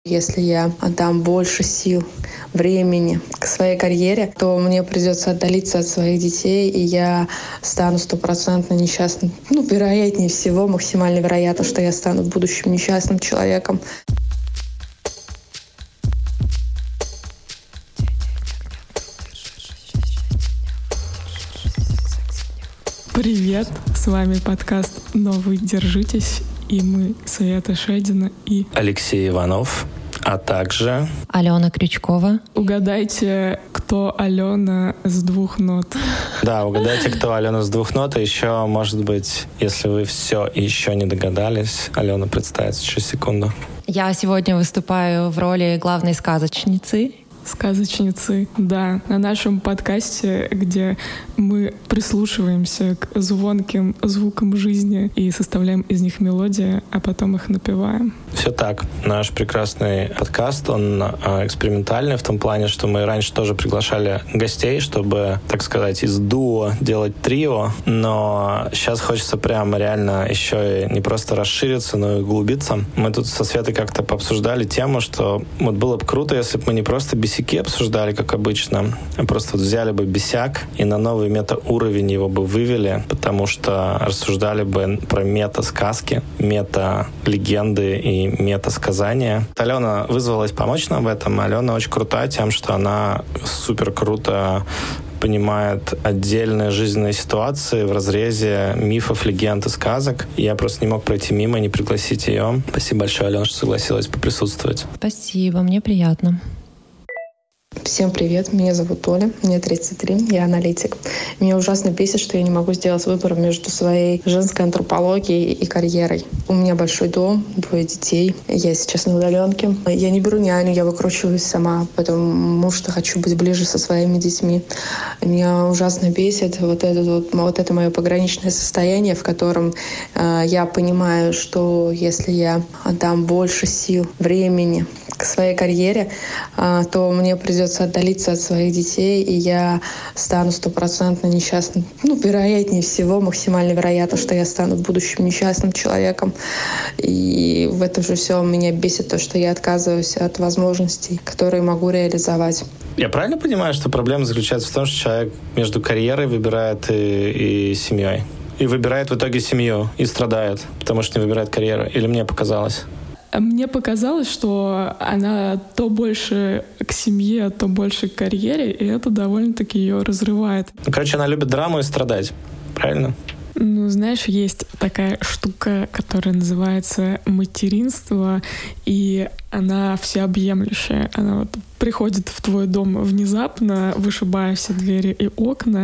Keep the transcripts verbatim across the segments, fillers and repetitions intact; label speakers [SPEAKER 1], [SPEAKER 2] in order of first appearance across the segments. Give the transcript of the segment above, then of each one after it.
[SPEAKER 1] Если я отдам больше сил, времени к своей карьере, то мне придется отдалиться от своих детей, и я стану стопроцентно несчастным. Ну, вероятнее всего, максимально вероятно, что я стану в будущем несчастным человеком.
[SPEAKER 2] Привет! С вами подкаст «Новый Держитесь», и мы Света Шедина и
[SPEAKER 3] Алексей Иванов, а также
[SPEAKER 4] Алена Крючкова.
[SPEAKER 2] Угадайте, кто Алена с двух нот.
[SPEAKER 3] Да, угадайте, кто Алена с двух нот. И еще, может быть, если вы все еще не догадались, Алена представится через секунду.
[SPEAKER 4] Я сегодня выступаю в роли главной сказочницы.
[SPEAKER 2] Сказочницы, да, на нашем подкасте, где мы прислушиваемся к звонким звукам жизни и составляем из них мелодии, а потом их напеваем.
[SPEAKER 3] Все так. Наш прекрасный подкаст, он э, экспериментальный в том плане, что мы раньше тоже приглашали гостей, чтобы, так сказать, из дуо делать трио, но сейчас хочется прям реально еще и не просто расшириться, но и углубиться. Мы тут со Светой как-то пообсуждали тему, что вот было бы круто, если бы мы не просто бесяки обсуждали, как обычно, а просто вот взяли бы бесяк и на новый метауровень его бы вывели, потому что рассуждали бы про мета-сказки, мета-легенды и мета-сказания. Алена вызвалась помочь нам в этом. Алена очень крутая тем, что она супер круто понимает отдельные жизненные ситуации в разрезе мифов, легенд и сказок. Я просто не мог пройти мимо и не пригласить ее. Спасибо большое, Алена, что согласилась поприсутствовать.
[SPEAKER 4] Спасибо, мне приятно.
[SPEAKER 1] Всем привет, меня зовут Оля, мне тридцать три, я аналитик. Меня ужасно бесит, что я не могу сделать выбор между своей женской антропологией и карьерой. У меня большой дом, двое детей, я сейчас на удаленке. Я не беру няню, я выкручиваюсь сама, потому что хочу быть ближе со своими детьми. Меня ужасно бесит вот это, вот, вот это мое пограничное состояние, в котором э, я понимаю, что если я отдам больше сил, времени к своей карьере, э, то мне придется отдалиться от своих детей, и я стану стопроцентно несчастным. Ну, вероятнее всего, максимально вероятно, что я стану в будущем несчастным человеком. И в этом же все меня бесит то, что я отказываюсь от возможностей, которые могу реализовать.
[SPEAKER 3] Я правильно понимаю, что проблема заключается в том, что человек между карьерой выбирает и, и семьей? И выбирает в итоге семью, и страдает, потому что не выбирает карьеру? Или мне показалось?
[SPEAKER 2] Мне показалось, что она то больше к семье, то больше к карьере, и это довольно-таки ее разрывает.
[SPEAKER 3] Ну, короче, она любит драму и страдать, правильно?
[SPEAKER 2] Ну, знаешь, есть такая штука, которая называется материнство, и она всеобъемлющая. Она вот приходит в твой дом внезапно, вышибая все двери и окна,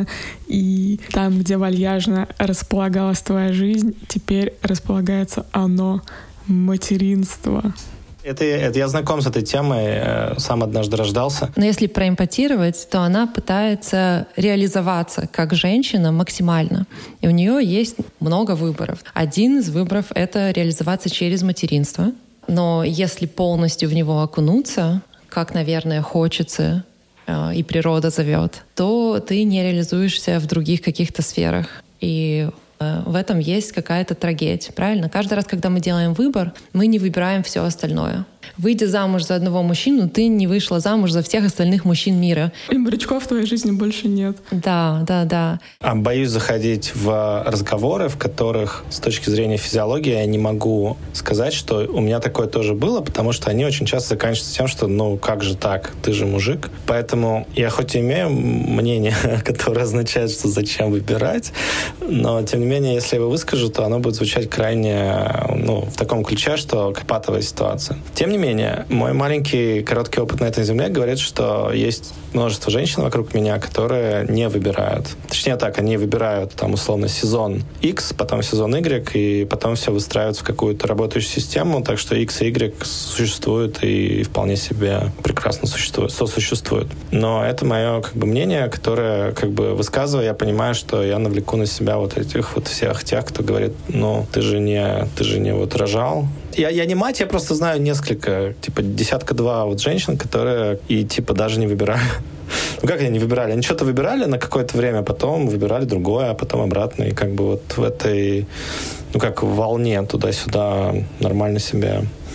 [SPEAKER 2] и там, где вальяжно располагалась твоя жизнь, теперь располагается оно. Материнство.
[SPEAKER 3] Это, это я знаком с этой темой, сам однажды рождался.
[SPEAKER 4] Но если проэмпатировать, то она пытается реализоваться как женщина максимально. И у нее есть много выборов. Один из выборов — это реализоваться через материнство. Но если полностью в него окунуться, как, наверное, хочется, и природа зовет, то ты не реализуешься в других каких-то сферах. И в этом есть какая-то трагедия, правильно? Каждый раз, когда мы делаем выбор, мы не выбираем все остальное. Выйдя замуж за одного мужчину, ты не вышла замуж за всех остальных мужчин мира.
[SPEAKER 2] И морячков в твоей жизни больше нет.
[SPEAKER 4] Да, да, да.
[SPEAKER 3] А боюсь заходить в разговоры, в которых с точки зрения физиологии я не могу сказать, что у меня такое тоже было, потому что они очень часто заканчиваются тем, что ну как же так, ты же мужик. Поэтому я хоть и имею мнение, которое означает, что зачем выбирать, но тем не менее, если я его выскажу, то оно будет звучать крайне ну, в таком ключе, что патовая ситуация. Тем не менее, мой маленький короткий опыт на этой земле говорит, что есть множество женщин вокруг меня, которые не выбирают. Точнее так, они выбирают там условно сезон X, потом сезон Y, и потом все выстраивается в какую-то работающую систему, так что X и Y существуют и вполне себе прекрасно существуют, сосуществуют. Но это мое как бы мнение, которое как бы высказывая, я понимаю, что я навлеку на себя вот этих вот всех тех, кто говорит, ну ты же не, ты же не вот рожал. Я, я не мать, я просто знаю несколько, типа десятка-два вот женщин, которые и типа даже не выбирают. Ну как они не выбирали? Они что-то выбирали на какое-то время, потом выбирали другое, а потом обратно. И как бы вот в этой, ну как в волне туда-сюда нормально себя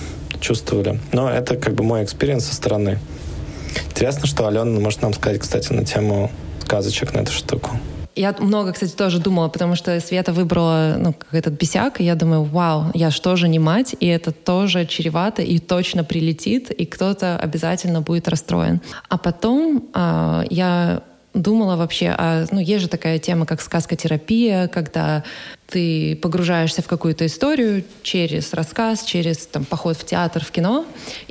[SPEAKER 3] чувствовали. Но это как бы мой экспириенс со стороны. Интересно, что Алена может нам сказать, кстати, на тему сказочек, на эту штуку.
[SPEAKER 4] Я много, кстати, тоже думала, потому что Света выбрала ну, этот бесяк, и я думаю, вау, я ж тоже не мать, и это тоже чревато, и точно прилетит, и кто-то обязательно будет расстроен. А потом э, я думала вообще, а, ну, есть же такая тема, как сказкотерапия, когда ты погружаешься в какую-то историю через рассказ, через там, поход в театр, в кино,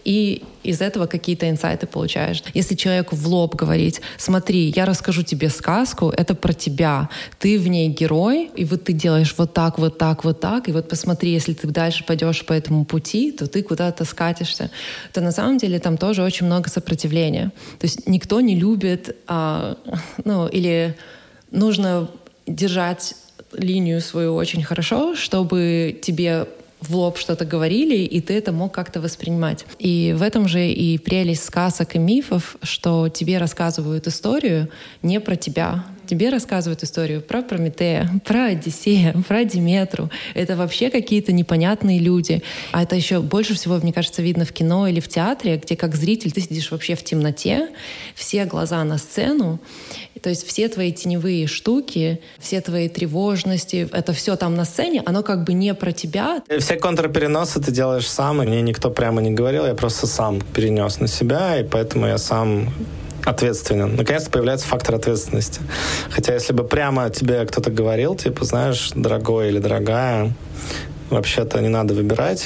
[SPEAKER 4] и из этого какие-то инсайты получаешь. Если человеку в лоб говорить, смотри, я расскажу тебе сказку, это про тебя, ты в ней герой, и вот ты делаешь вот так, вот так, вот так, и вот посмотри, если ты дальше пойдешь по этому пути, то ты куда-то скатишься, то на самом деле там тоже очень много сопротивления. То есть никто не любит, а, ну, или нужно держать линию свою очень хорошо, чтобы тебе в лоб что-то говорили, и ты это мог как-то воспринимать. И в этом же и прелесть сказок и мифов, что тебе рассказывают историю не про тебя. Тебе рассказывают историю про Прометея, про Одиссея, про Диметру. Это вообще какие-то непонятные люди. А это еще больше всего, мне кажется, видно в кино или в театре, где как зритель ты сидишь вообще в темноте, все глаза на сцену, то есть все твои теневые штуки, все твои тревожности, это все там на сцене, оно как бы не про тебя.
[SPEAKER 3] Все контрпереносы ты делаешь сам, и мне никто прямо не говорил, я просто сам перенес на себя, и поэтому я сам ответственен. Наконец-то появляется фактор ответственности. Хотя если бы прямо тебе кто-то говорил, типа, знаешь, дорогой или дорогая, вообще-то не надо выбирать,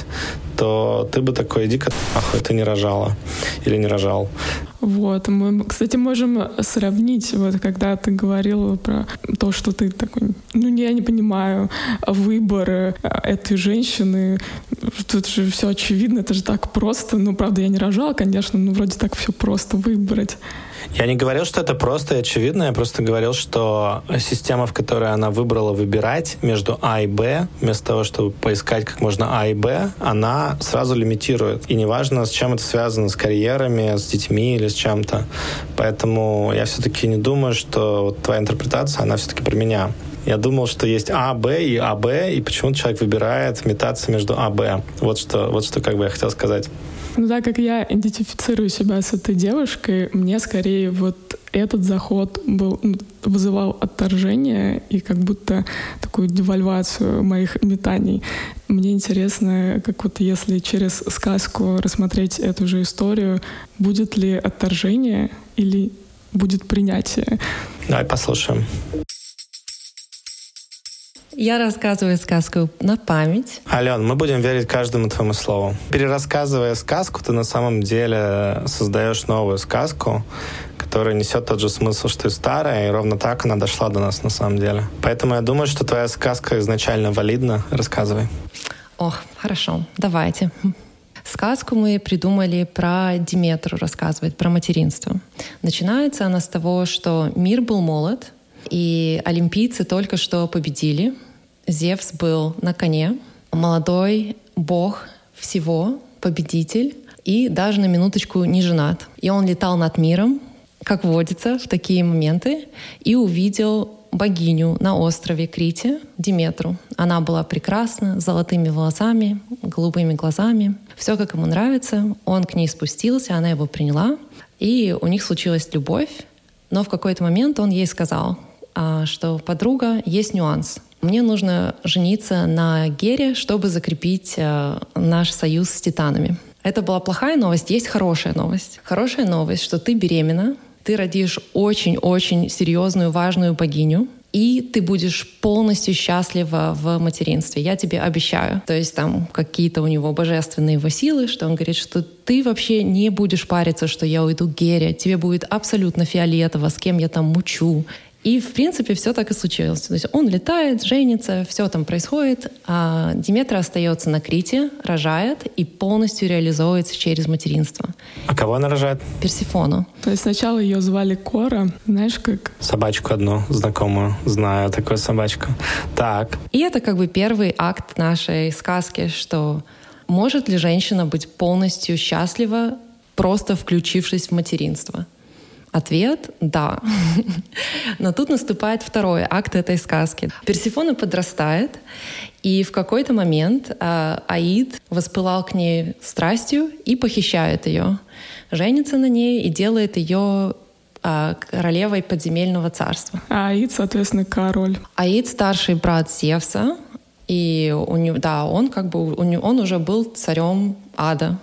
[SPEAKER 3] то ты бы такой, иди-ка нахуй, ты не рожала или не рожал.
[SPEAKER 2] Вот, мы, кстати, можем сравнить, вот когда ты говорил про то, что ты такой, ну, я не понимаю, выбор этой женщины, тут же все очевидно, это же так просто, ну, правда, я не рожала, конечно, но вроде так все просто выбрать.
[SPEAKER 3] Я не говорил, что это просто и очевидно, я просто говорил, что система, в которой она выбрала выбирать между А и Б, вместо того, чтобы поискать как можно А и Б, она сразу лимитирует. И неважно, с чем это связано, с карьерами, с детьми или с чем-то. Поэтому я все-таки не думаю, что вот твоя интерпретация, она все-таки про меня. Я думал, что есть А, Б и А, Б, и почему-то человек выбирает метаться между А, Б. Вот что, вот что как бы я хотел сказать.
[SPEAKER 2] Ну, так как я идентифицирую себя с этой девушкой, мне скорее вот этот заход был, вызывал отторжение и как будто такую девальвацию моих метаний. Мне интересно, как вот если через сказку рассмотреть эту же историю, будет ли отторжение или будет принятие?
[SPEAKER 3] Давай послушаем.
[SPEAKER 4] Я рассказываю сказку на память.
[SPEAKER 3] Ален, мы будем верить каждому твоему слову. Перерассказывая сказку, ты на самом деле создаешь новую сказку, которая несет тот же смысл, что и старая, и ровно так она дошла до нас на самом деле. Поэтому я думаю, что твоя сказка изначально валидна. Рассказывай.
[SPEAKER 4] Ох, хорошо, давайте. Сказку мы придумали про Диметру рассказывать, про материнство. Начинается она с того, что мир был молод, и олимпийцы только что победили. Зевс был на коне, молодой бог всего, победитель, и даже на минуточку не женат. И он летал над миром, как водится в такие моменты, и увидел богиню на острове Крите, Диметру. Она была прекрасна, с золотыми волосами, голубыми глазами. Все, как ему нравится. Он к ней спустился, она его приняла, и у них случилась любовь. Но в какой-то момент он ей сказал, что подруга, есть нюанс. Мне нужно жениться на Гере, чтобы закрепить э, наш союз с титанами. Это была плохая новость, есть хорошая новость. Хорошая новость, что ты беременна, ты родишь очень-очень серьезную, важную богиню, и ты будешь полностью счастлива в материнстве. Я тебе обещаю. То есть там какие-то у него божественные его силы, что он говорит, что ты вообще не будешь париться, что я уйду к Гере. Тебе будет абсолютно фиолетово, с кем я там мучу. И, в принципе, все так и случилось. То есть он летает, женится, все там происходит, а Диметра остается на Крите, рожает и полностью реализовывается через материнство.
[SPEAKER 3] А кого она рожает?
[SPEAKER 4] Персифону.
[SPEAKER 2] То есть сначала ее звали Кора, знаешь как?
[SPEAKER 3] Собачку одну знакомую, знаю такую собачку. Так.
[SPEAKER 4] И это как бы первый акт нашей сказки, что может ли женщина быть полностью счастлива, просто включившись в материнство? Ответ — да. Но тут наступает второй акт этой сказки. Персефона подрастает, и в какой-то момент а, Аид воспылал к ней страстью и похищает ее, женится на ней и делает ее а, королевой подземельного царства.
[SPEAKER 2] А Аид, соответственно, король.
[SPEAKER 4] Аид — старший брат Зевса, и у него, да, он как бы у него, он уже был царем ада.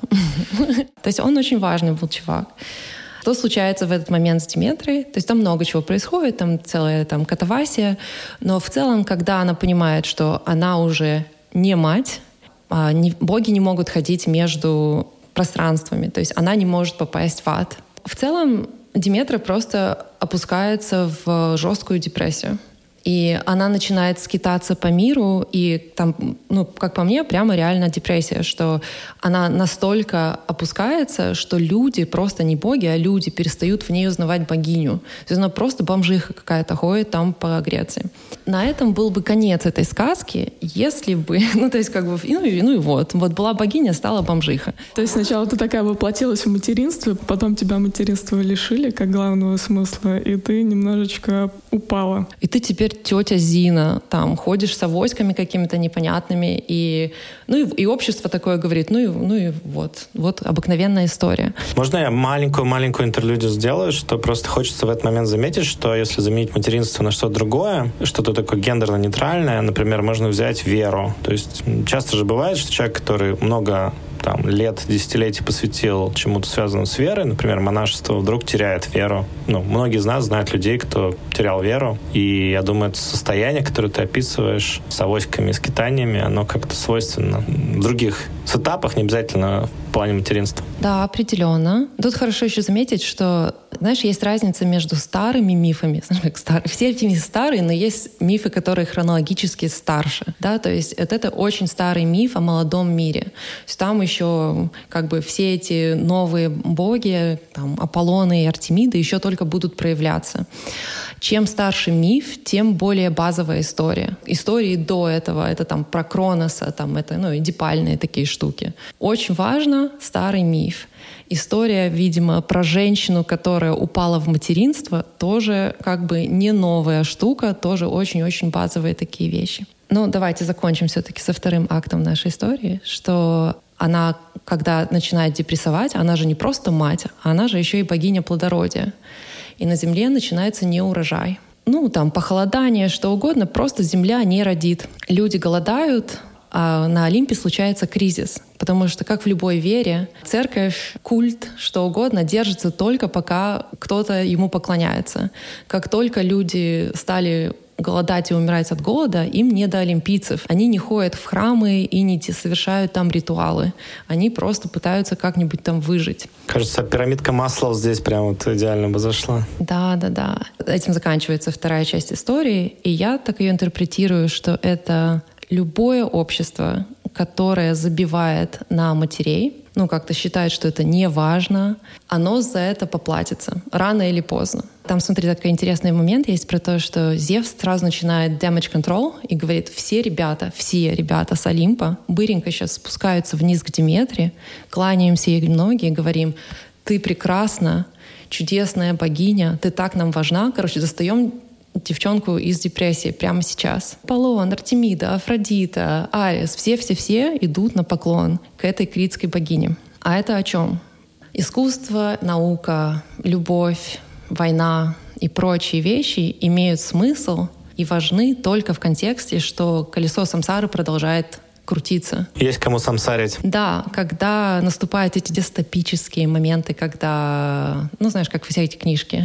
[SPEAKER 4] То есть он очень важный был чувак. Что случается в этот момент с Диметрой? То есть там много чего происходит, там целая там катавасия, но в целом, когда она понимает, что она уже не мать, а не, боги не могут ходить между пространствами, то есть она не может попасть в ад. В целом Диметра просто опускается в жесткую депрессию. И она начинает скитаться по миру, и там, ну, как по мне, прямо реально депрессия, что она настолько опускается, что люди, просто не боги, а люди перестают в ней узнавать богиню. То есть она просто бомжиха какая-то ходит там по Греции. На этом был бы конец этой сказки, если бы, ну, то есть как бы, ну и, ну и вот, вот была богиня, стала бомжиха.
[SPEAKER 2] То есть сначала ты такая воплотилась в материнстве, потом тебя материнства лишили как главного смысла, и ты немножечко упала.
[SPEAKER 4] И ты теперь тетя Зина, там, ходишь с авоськами какими-то непонятными, и, ну, и, и общество такое говорит, ну и, ну и вот, вот обыкновенная история.
[SPEAKER 3] Можно я маленькую-маленькую интерлюдию сделаю, что просто хочется в этот момент заметить, что если заменить материнство на что-то другое, что-то такое гендерно-нейтральное, например, можно взять веру. То есть часто же бывает, что человек, который много там, лет, десятилетий посвятил чему-то связанному с верой, например, монашество, вдруг теряет веру. Ну, многие из нас знают людей, кто терял веру, и я думаю, это состояние, которое ты описываешь с авоськами и скитаниями, оно как-то свойственно в других с этапах, не обязательно в плане материнства.
[SPEAKER 4] Да, определенно. Тут хорошо еще заметить, что, знаешь, есть разница между старыми мифами, знаешь, как старые. Все эти мифы старые, но есть мифы, которые хронологически старше. Да? То есть это, это очень старый миф о молодом мире. То есть там еще как бы все эти новые боги, там, Аполлоны и Артемиды еще только будут проявляться. Чем старше миф, тем более базовая история. Истории до этого, это там про Кроноса, там это, ну, эдипальные такие штуки. Очень важно старый миф. История, видимо, про женщину, которая упала в материнство, тоже как бы не новая штука, тоже очень-очень базовые такие вещи. Ну, давайте закончим все-таки со вторым актом нашей истории, что она, когда начинает депрессовать, она же не просто мать, она же еще и богиня плодородия. И на земле начинается неурожай. Ну, там, похолодание, что угодно, просто земля не родит. Люди голодают, а на Олимпе случается кризис. Потому что, как в любой вере, церковь, культ, что угодно, держится только пока кто-то ему поклоняется. Как только люди стали голодать и умирать от голода, им не до олимпийцев. Они не ходят в храмы и не совершают там ритуалы. Они просто пытаются как-нибудь там выжить.
[SPEAKER 3] Кажется, пирамидка Маслоу здесь прям вот идеально бы зашла.
[SPEAKER 4] Да, да, да. Этим заканчивается вторая часть истории, и я так ее интерпретирую, что это любое общество, которое забивает на матерей, ну, как-то считает, что это не важно, оно за это поплатится, рано или поздно. Там, смотри, такой интересный момент есть про то, что Зевс сразу начинает damage control и говорит, все ребята, все ребята с Олимпа быренько сейчас спускаются вниз к Диметре, кланяемся ей ноги и говорим, ты прекрасна, чудесная богиня, ты так нам важна. Короче, достаем девчонку из депрессии прямо сейчас. Аполлон, Артемида, Афродита, Арес, все-все-все идут на поклон к этой критской богине. А это о чем? Искусство, наука, любовь, война и прочие вещи имеют смысл и важны только в контексте, что колесо самсары продолжает крутиться.
[SPEAKER 3] Есть кому самсарить.
[SPEAKER 4] Да, когда наступают эти дистопические моменты, когда, ну, знаешь, как все эти книжки,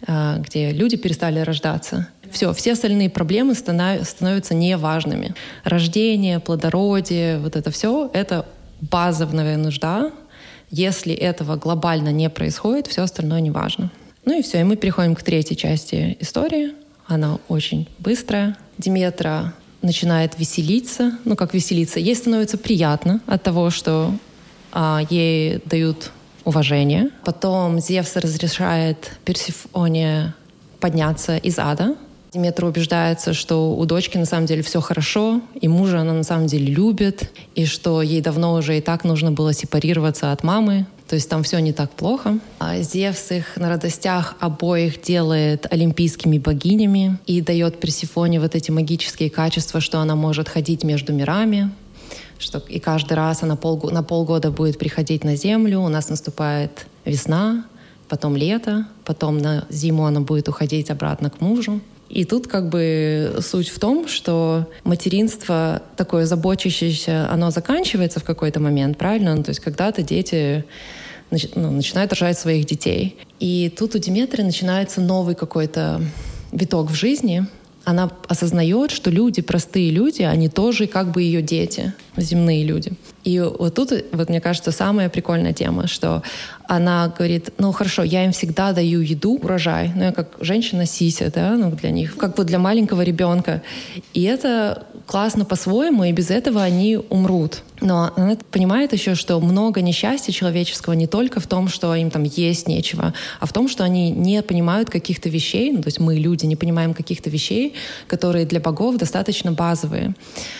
[SPEAKER 4] где люди перестали рождаться. Все, все остальные проблемы становятся неважными. Рождение, плодородие, вот это все — это базовая нужда. Если этого глобально не происходит, все остальное не важно. Ну и все, и мы переходим к третьей части истории. Она очень быстрая. Диметра начинает веселиться. Ну, как веселиться? Ей становится приятно от того, что а, ей дают уважение. Потом Зевс разрешает Персефоне подняться из ада. Диметра убеждается, что у дочки на самом деле все хорошо, и мужа она на самом деле любит, и что ей давно уже и так нужно было сепарироваться от мамы. То есть там все не так плохо. А Зевс их на радостях обоих делает олимпийскими богинями и дает Персефоне вот эти магические качества, что она может ходить между мирами, что и каждый раз она полго- на полгода будет приходить на Землю, у нас наступает весна, потом лето, потом на зиму она будет уходить обратно к мужу. И тут как бы суть в том, что материнство такое заботящееся, оно заканчивается в какой-то момент, правильно? Ну, то есть когда-то дети начи- ну, начинают рожать своих детей. И тут у Диметры начинается новый какой-то виток в жизни. Она осознает, что люди, простые люди, они тоже как бы ее дети, земные люди. И вот тут, вот мне кажется, самая прикольная тема, что она говорит, ну хорошо, я им всегда даю еду, урожай, ну я как женщина сися, да, ну для них, как бы для маленького ребенка. И это классно по-своему, и без этого они умрут. Но она понимает еще, что много несчастья человеческого не только в том, что им там есть нечего, а в том, что они не понимают каких-то вещей, ну то есть мы, люди, не понимаем каких-то вещей, которые для богов достаточно базовые.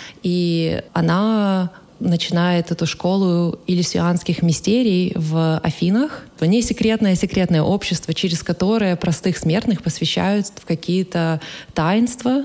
[SPEAKER 4] И она начинает эту школу элисианских мистерий в Афинах. Не секретное секретное общество, через которое простых смертных посвящают в какие-то таинства,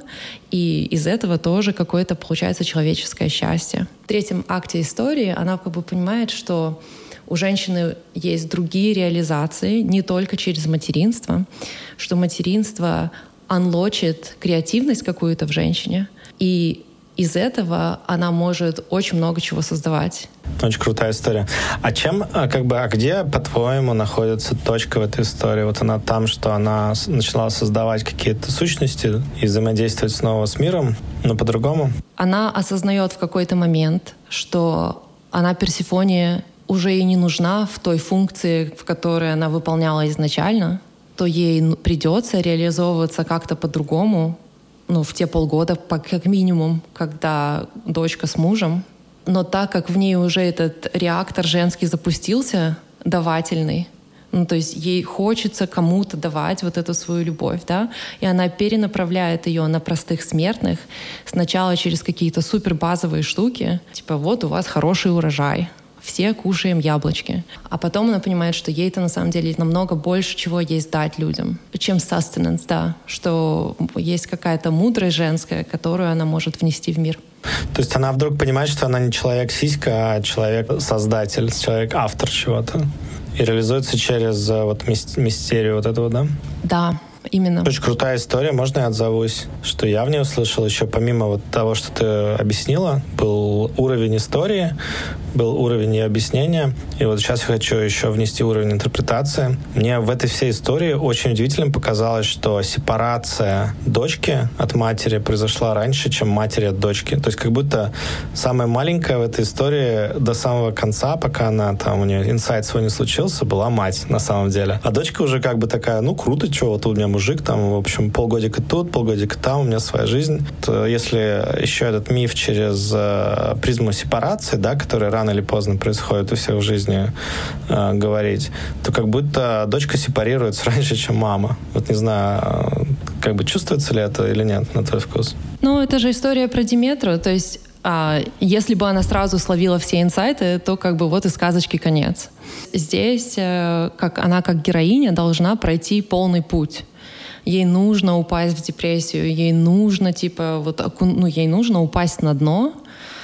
[SPEAKER 4] и из этого тоже какое-то получается человеческое счастье. В третьем акте истории она как бы понимает, что у женщины есть другие реализации, не только через материнство, что материнство анлочит креативность какую-то в женщине, и из этого она может очень много чего создавать.
[SPEAKER 3] Очень крутая история. А чем, как бы, а где, по-твоему, находится точка в этой истории? Вот она там, что она начала создавать какие-то сущности и взаимодействовать снова с миром, но по-другому?
[SPEAKER 4] Она осознает в какой-то момент, что она Персефоне уже и не нужна в той функции, в которой она выполняла изначально, то ей придется реализовываться как-то по-другому, ну, в те полгода, как минимум, когда дочка с мужем. Но так как в ней уже этот реактор женский запустился, давательный, ну, то есть ей хочется кому-то давать вот эту свою любовь, да, и она перенаправляет ее на простых смертных сначала через какие-то супербазовые штуки, типа вот у вас хороший урожай, все кушаем яблочки. А потом она понимает, что ей-то на самом деле намного больше чего есть дать людям, чем sustenance, да, что есть какая-то мудрость женская, которую она может внести в мир.
[SPEAKER 3] То есть она вдруг понимает, что она не человек-сиська, а человек-создатель, человек-автор чего-то. И реализуется через вот мистерию вот этого, да?
[SPEAKER 4] Да. Именно.
[SPEAKER 3] Очень крутая история. Можно я отзовусь? Что я в ней услышал еще помимо вот того, что ты объяснила, был уровень истории, был уровень ее объяснения. И вот сейчас я хочу еще внести уровень интерпретации. Мне в этой всей истории очень удивительным показалось, что сепарация дочки от матери произошла раньше, чем матери от дочки. То есть как будто самая маленькая в этой истории до самого конца, пока она там, у нее инсайт свой не случился, была мать на самом деле. А дочка уже как бы такая, ну круто, что вот у меня мужик, там, в общем, полгодика тут, полгодика там, у меня своя жизнь. То если еще этот миф через э, призму сепарации, да, который рано или поздно происходит у всех в жизни, э, говорить, то как будто дочка сепарируется раньше, чем мама. Вот не знаю, э, как бы чувствуется ли это или нет, на твой вкус?
[SPEAKER 4] Ну, это же история про Диметру, то есть а, если бы она сразу словила все инсайты, то как бы вот и сказочки конец. Здесь э, как, она как героиня должна пройти полный путь. Ей нужно упасть в депрессию, ей нужно, типа, вот, ну, ей нужно упасть на дно,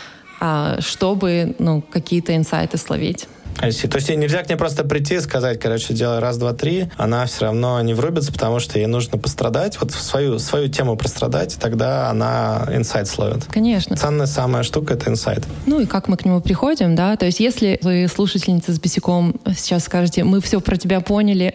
[SPEAKER 4] чтобы, ну, какие-то инсайты словить.
[SPEAKER 3] То есть ей нельзя к ней просто прийти и сказать, короче, делай раз, два, три, она все равно не врубится, потому что ей нужно пострадать, вот в свою, свою тему прострадать, и тогда она инсайт словит.
[SPEAKER 4] Конечно.
[SPEAKER 3] Ценная самая штука — это инсайт.
[SPEAKER 4] Ну и как мы к нему приходим, да, то есть если вы, слушательница с босиком, сейчас скажете, мы все про тебя поняли,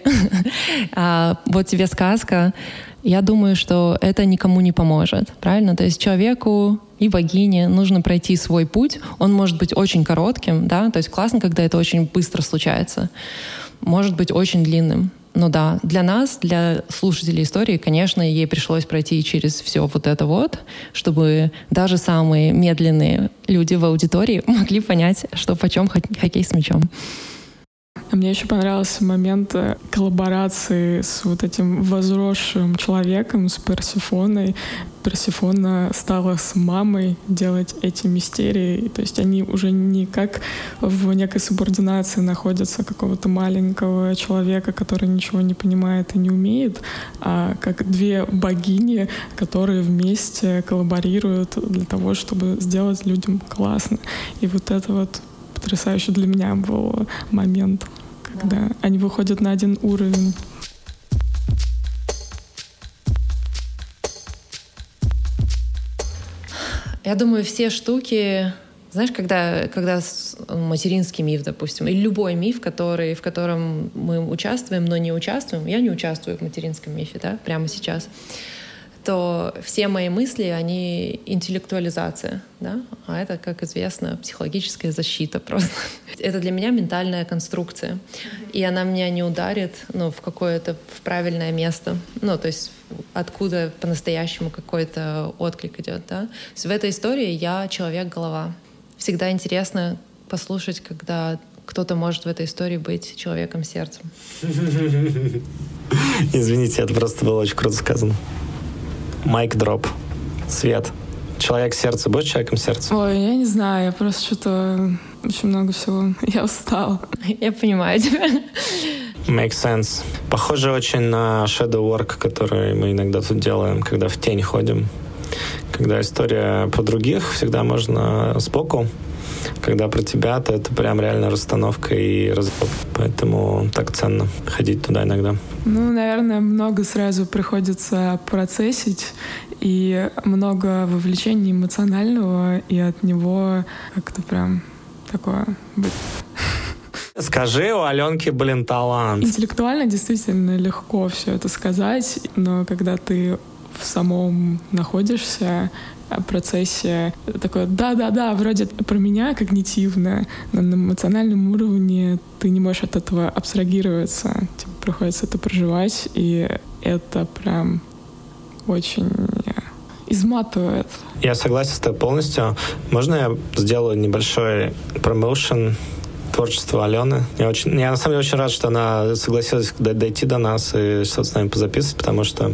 [SPEAKER 4] вот тебе сказка, я думаю, что это никому не поможет, правильно? То есть человеку и богине нужно пройти свой путь. Он может быть очень коротким, да, то есть классно, когда это очень быстро случается. Может быть очень длинным. Но да, для нас, для слушателей истории, конечно, ей пришлось пройти через все вот это вот, чтобы даже самые медленные люди в аудитории могли понять, что почем хоккей с мячом.
[SPEAKER 2] Мне еще понравился момент коллаборации с вот этим возросшим человеком, с Персефоной. Персефона стала с мамой делать эти мистерии. То есть они уже не как в некой субординации находятся какого-то маленького человека, который ничего не понимает и не умеет, а как две богини, которые вместе коллаборируют для того, чтобы сделать людям классно. И вот это вот потрясающе для меня был момент, когда они выходят на один уровень.
[SPEAKER 4] Я думаю, все штуки, знаешь, когда, когда материнский миф, допустим, или любой миф, который, в котором мы участвуем, но не участвуем, я не участвую в материнском мифе, да, прямо сейчас, то все мои мысли, они интеллектуализация, да, а это, как известно, психологическая защита просто. Это для меня ментальная конструкция, и она меня не ударит, ну, в какое-то, в правильное место, ну, то есть откуда по-настоящему какой-то отклик идет, да. То есть в этой истории я человек-голова. Всегда интересно послушать, когда кто-то может в этой истории быть человеком-сердцем.
[SPEAKER 3] Извините, это просто было очень круто сказано. Майк дроп. Свет. Человек-сердце. Будешь человеком-сердцем?
[SPEAKER 2] Ой, я не знаю, я просто что-то очень много всего. Я устала.
[SPEAKER 4] Я понимаю тебя.
[SPEAKER 3] Makes sense. Похоже очень на shadow work, который мы иногда тут делаем, когда в тень ходим. Когда история про других, всегда можно сбоку. Когда про тебя, то это прям реально расстановка и разъеб. Поэтому так ценно ходить туда иногда.
[SPEAKER 2] Ну, наверное, много сразу приходится процессить, и много вовлечения эмоционального, и от него как-то прям такое...
[SPEAKER 3] Скажи, у Аленки, блин, талант.
[SPEAKER 2] Интеллектуально действительно легко все это сказать, но когда ты в самом находишься, в процессе такое «да-да-да», вроде про меня когнитивно, но на эмоциональном уровне ты не можешь от этого абстрагироваться. Тебе приходится это проживать, и это прям очень изматывает.
[SPEAKER 3] Я согласен с тобой полностью. Можно я сделаю небольшой промоушен творчества Алены? Я, очень, я на самом деле очень рад, что она согласилась дойти до нас и что-то с нами позаписывать, потому что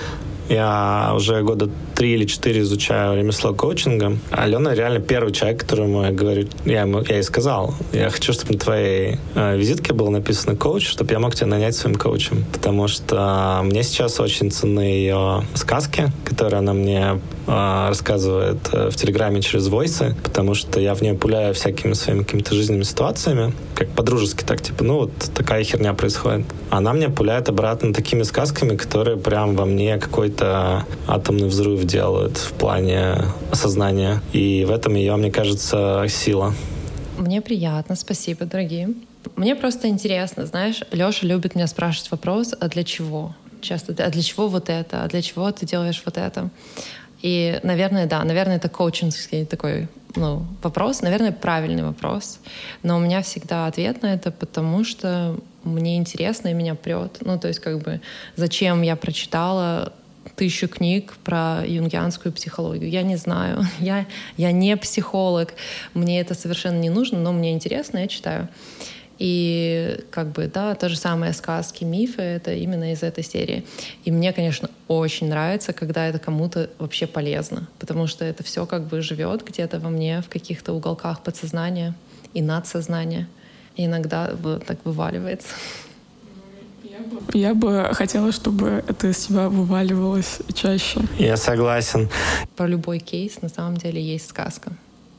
[SPEAKER 3] я уже года три или четыре изучаю ремесло коучинга. Алена реально первый человек, которому я говорю, я, ему, я ей сказал, я хочу, чтобы на твоей э, визитке было написано коуч, чтобы я мог тебя нанять своим коучем. Потому что мне сейчас очень ценны ее сказки, которые она мне э, рассказывает в Телеграме через войсы, потому что я в нее пуляю всякими своими какими-то жизненными ситуациями, как по-дружески, так типа, ну вот такая херня происходит. Она мне пуляет обратно такими сказками, которые прям во мне какой-то атомный взрыв делают в плане осознания. И в этом ее, мне кажется, сила.
[SPEAKER 4] Мне приятно, спасибо, дорогие. Мне просто интересно, знаешь, Лёша любит меня спрашивать вопрос, а для чего? Часто, а для чего вот это? А для чего ты делаешь вот это? И, наверное, да, наверное, это коучинговский такой, ну, вопрос, наверное, правильный вопрос. Но у меня всегда ответ на это, потому что мне интересно и меня прет. Ну, то есть, как бы, зачем я прочитала тысячу книг про юнгианскую психологию. Я не знаю. Я, я не психолог. Мне это совершенно не нужно, но мне интересно, я читаю. И как бы, да, то же самое сказки, мифы, это именно из этой серии. И мне, конечно, очень нравится, когда это кому-то вообще полезно, потому что это все как бы живет где-то во мне, в каких-то уголках подсознания и надсознания. И иногда вот так вываливается.
[SPEAKER 2] Я бы хотела, чтобы это из тебя вываливалось чаще.
[SPEAKER 3] Я согласен.
[SPEAKER 4] Про любой кейс на самом деле есть сказка.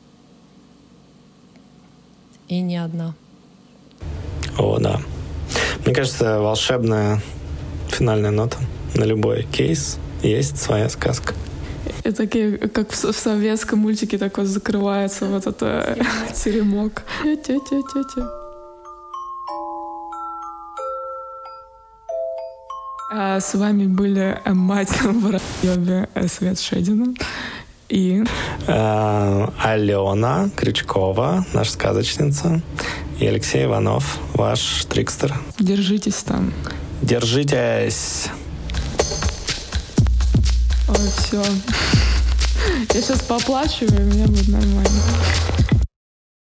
[SPEAKER 4] И не одна.
[SPEAKER 3] О, да. Мне кажется, волшебная финальная нота на любой кейс есть своя сказка.
[SPEAKER 2] И такие, как в, в советском мультике, такой закрывается вот это теремок. Тя-тя-тя-тя-тя. А с вами были мать в районе Свет Шедина и
[SPEAKER 3] Алена Крючкова, наша сказочница, и Алексей Иванов, ваш трикстер.
[SPEAKER 2] Держитесь там.
[SPEAKER 3] Держитесь.
[SPEAKER 2] Ой, все. Я сейчас поплачу, и мне будет нормально.